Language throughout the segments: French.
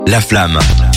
La Flamme.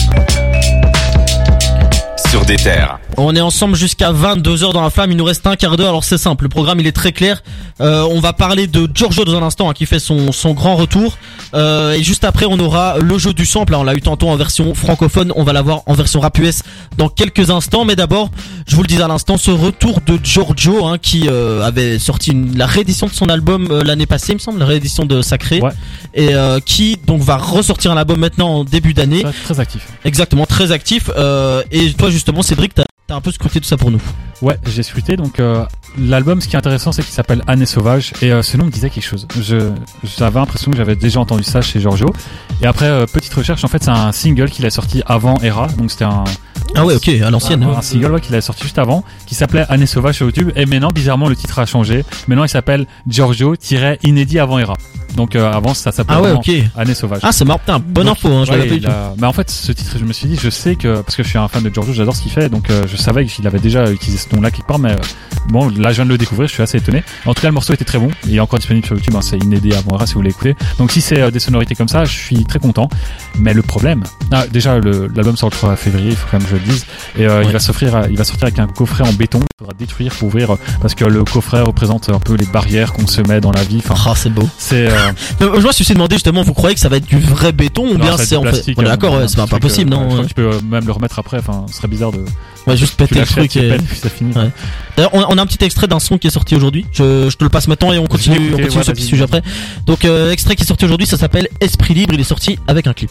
Sur des terres. On est ensemble jusqu'à 22h dans La Flamme, il nous reste un quart d'heure, alors c'est simple, le programme il est très clair. On va parler de Giorgio dans un instant, qui fait son grand retour. Et juste après on aura le jeu du sample, on l'a eu tantôt en version francophone, on va l'avoir en version rap US dans quelques instants. Mais d'abord, je vous le disais à l'instant, ce retour de Giorgio, qui avait sorti la réédition de son album l'année passée, il me semble, la réédition de Sacré. Ouais. Et qui donc va ressortir un album maintenant en début d'année. Très actif. Exactement, très actif. Et toi justement Cédric, t'as un peu scruté tout ça pour nous. Ouais, j'ai scruté. Donc l'album, ce qui est intéressant, c'est qu'il s'appelle Année Sauvage, et ce nom me disait quelque chose. J'avais l'impression que j'avais déjà entendu ça chez Giorgio. Et après petite recherche, en fait c'est un single qu'il a sorti avant Era, donc c'était un ok, à l'ancienne. Un single qu'il a sorti juste avant, qui s'appelait Année Sauvage sur YouTube. Et maintenant, bizarrement, le titre a changé. Maintenant, il s'appelle Giorgio-inédit avant Era. Donc avant ça s'appelait Année Sauvage. Ah, c'est marrant, putain, bonne info, je l'avais pas eu. Mais en fait, ce titre, je me suis dit, je sais que, parce que je suis un fan de Giorgio, j'adore ce qu'il fait, donc je savais qu'il avait déjà utilisé ce nom-là quelque part, mais bon, là je viens de le découvrir, je suis assez étonné. En tout cas, le morceau était très bon, il est encore disponible sur YouTube, c'est inédit avant Era si vous voulez écouter. Donc si c'est des sonorités comme ça, je suis très content. Mais le problème, déjà l'album sort le 3 février, il faut quand même que je le dise, et il va sortir avec un coffret en béton. Il faudra détruire pour ouvrir, parce que le coffret représente un peu les barrières qu'on se met dans la vie. C'est beau. C'est je me suis demandé justement, vous croyez que ça va être du vrai béton ou bien c'est en fait d'accord, c'est pas possible, non. Je crois que tu peux même le remettre après, ce serait bizarre de juste péter le truc et puis ça finit. Ouais. D'ailleurs, on a un petit extrait d'un son qui est sorti aujourd'hui. Je te le passe maintenant et on continue sur ce petit sujet après. Donc extrait qui est sorti aujourd'hui, ça s'appelle Esprit Libre, il est sorti avec un clip.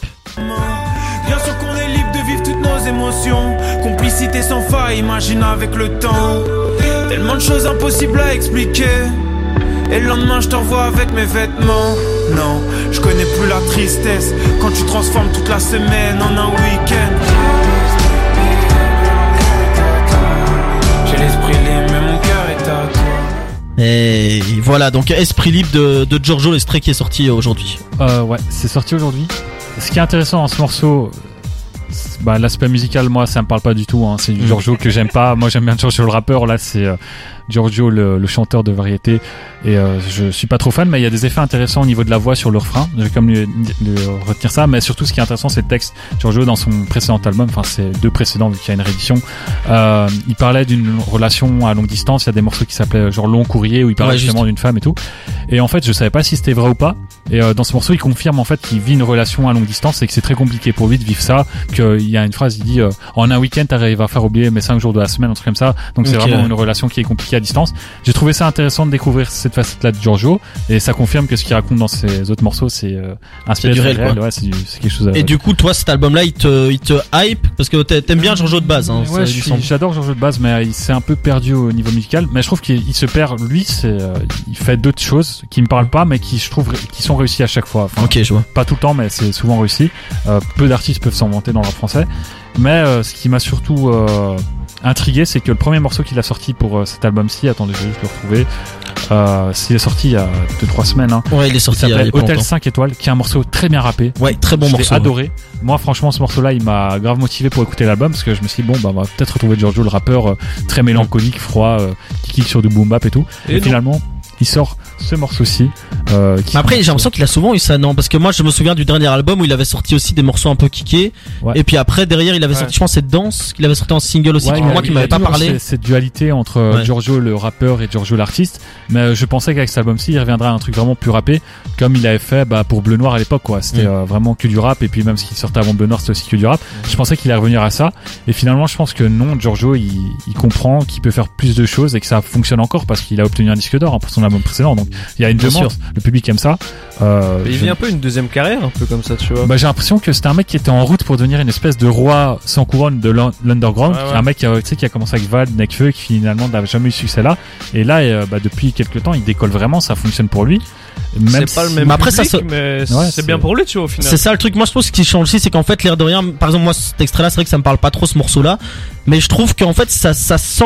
Bien sûr qu'on est libre de vivre toutes nos émotions. Complicité sans faille, imagine avec le temps. Tellement de choses impossibles à expliquer. Et le lendemain je te revois avec mes vêtements. Non, je connais plus la tristesse quand tu transformes toute la semaine en un week-end. J'ai l'esprit libre mais mon cœur est à toi. Et voilà, donc Esprit Libre de Giorgio, l'extrait qui est sorti aujourd'hui. Ouais, c'est sorti aujourd'hui. Ce qui est intéressant dans ce morceau, l'aspect musical, moi ça me parle pas du tout, c'est du Giorgio que j'aime pas. Moi j'aime bien Giorgio le rappeur, là c'est Giorgio le chanteur de variété, et je suis pas trop fan, mais il y a des effets intéressants au niveau de la voix sur le refrain, je vais quand même lui retenir ça. Mais surtout ce qui est intéressant, c'est le texte. Giorgio dans son précédent album, c'est deux précédents vu qu'il y a une réédition, il parlait d'une relation à longue distance. Il y a des morceaux qui s'appelaient genre Long Courrier, où il parlait justement d'une femme et tout, et en fait je savais pas si c'était vrai ou pas. Et dans ce morceau il confirme en fait qu'il vit une relation à longue distance et que c'est très compliqué pour lui de vivre ça, qu'il y a une phrase, il dit en un week-end t'arrives à faire oublier mes 5 jours de la semaine, un truc comme ça. Donc c'est vraiment une relation qui est compliquée à distance. J'ai trouvé ça intéressant de découvrir cette facette-là de Giorgio, et ça confirme que ce qu'il raconte dans ses autres morceaux, c'est inspiré du réel. Ouais, c'est quelque chose. Et du coup, toi, cet album-là, il te hype parce que t'aimes bien Giorgio de base. Ouais, j'adore Giorgio de base, mais il s'est un peu perdu au niveau musical. Mais je trouve qu'il se perd. Lui, il fait d'autres choses qui me parlent pas, mais qui je trouve qui sont réussies à chaque fois. Ok, je vois. Pas tout le temps, mais c'est souvent réussi. Peu d'artistes peuvent s'en vanter dans le rap français. Mais ce qui m'a surtout intrigué, c'est que le premier morceau qu'il a sorti pour cet album-ci, attendez, je vais juste le retrouver. Il est sorti il y a 2-3 semaines. Ouais, il est sorti. Il s'appelle Hôtel 5 étoiles, qui est un morceau très bien rappé. Ouais, très bon morceau. J'ai adoré. Moi, franchement, ce morceau-là, il m'a grave motivé pour écouter l'album, parce que je me suis dit on va peut-être retrouver Giorgio, le rappeur très mélancolique, froid, qui kick sur du boom bap et tout. Et finalement, il sort ce morceau-ci. Après, j'ai l'impression qu'il a souvent eu ça, non? Parce que moi, je me souviens du dernier album où il avait sorti aussi des morceaux un peu kickés. Ouais. Et puis après, derrière, il avait sorti, je pense, cette danse qu'il avait sorti en single aussi, qui m'avait pas parlé. Cette dualité entre Giorgio le rappeur et Giorgio l'artiste. Mais je pensais qu'avec cet album-ci, il reviendrait à un truc vraiment plus rappé, comme il avait fait pour Bleu Noir à l'époque, quoi. C'était vraiment que du rap, et puis même ce qui sortait avant Bleu Noir, c'était aussi que du rap. Je pensais qu'il allait revenir à ça. Et finalement, je pense que non, Giorgio, il comprend qu'il peut faire plus de choses et que ça fonctionne encore, parce qu'il a obtenu un disque d'or pour son album précédent. Donc il y a une demande, le public aime ça. Il vit un peu une deuxième carrière, un peu comme ça, tu vois. J'ai l'impression que c'était un mec qui était en route pour devenir une espèce de roi sans couronne de l'underground. Un mec qui a commencé avec Val, Nekfeu, qui finalement n'a jamais eu ce succès là. Et là, depuis quelques temps, il décolle vraiment, ça fonctionne pour lui. Même c'est pas le même public, mais c'est bien pour lui, tu vois, au final. C'est ça le truc. Moi, je trouve ce qui change aussi, c'est qu'en fait, l'air de rien, par exemple, moi, cet extrait-là, c'est vrai que ça me parle pas trop, ce morceau-là. Mais je trouve qu'en fait, ça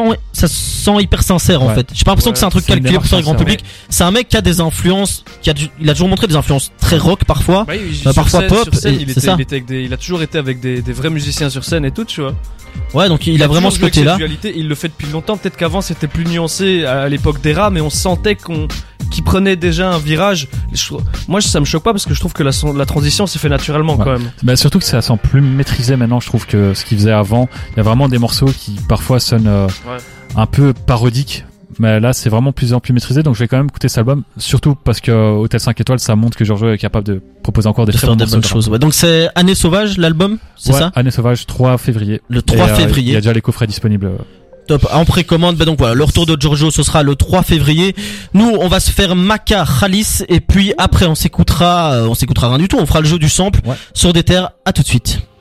sent hyper sincère, en fait. J'ai pas l'impression que c'est un truc calculé pour le grand public. C'est un mec qui a des influences, il a toujours montré des influences très rock parfois, parfois pop. Il a toujours été avec des vrais musiciens sur scène et tout, tu vois. Ouais, donc il a vraiment ce côté-là. Il le fait depuis longtemps. Peut-être qu'avant c'était plus nuancé à l'époque d'Era, mais on sentait qui prenait déjà un virage. Moi, ça me choque pas parce que je trouve que la transition s'est fait naturellement quand même. Bah, surtout que ça sent plus maîtrisé maintenant, je trouve, que ce qu'il faisait avant. Il y a vraiment des morceaux qui parfois sonnent un peu parodiques. Mais là, c'est vraiment plus en plus maîtrisé, donc je vais quand même écouter cet album, surtout parce que Hôtel 5 étoiles, ça montre que Giorgio est capable de proposer encore des très bonnes choses. Ouais, donc c'est Année Sauvage, l'album, c'est ça? Année Sauvage, 3 février. Le 3 février. Il y a déjà les coffrets disponibles. Top, en précommande. Donc voilà, le retour de Giorgio, ce sera le 3 février. Nous, on va se faire Maka Khalis, et puis après, on s'écoutera rien du tout. On fera le jeu du sample sur des terres. À tout de suite.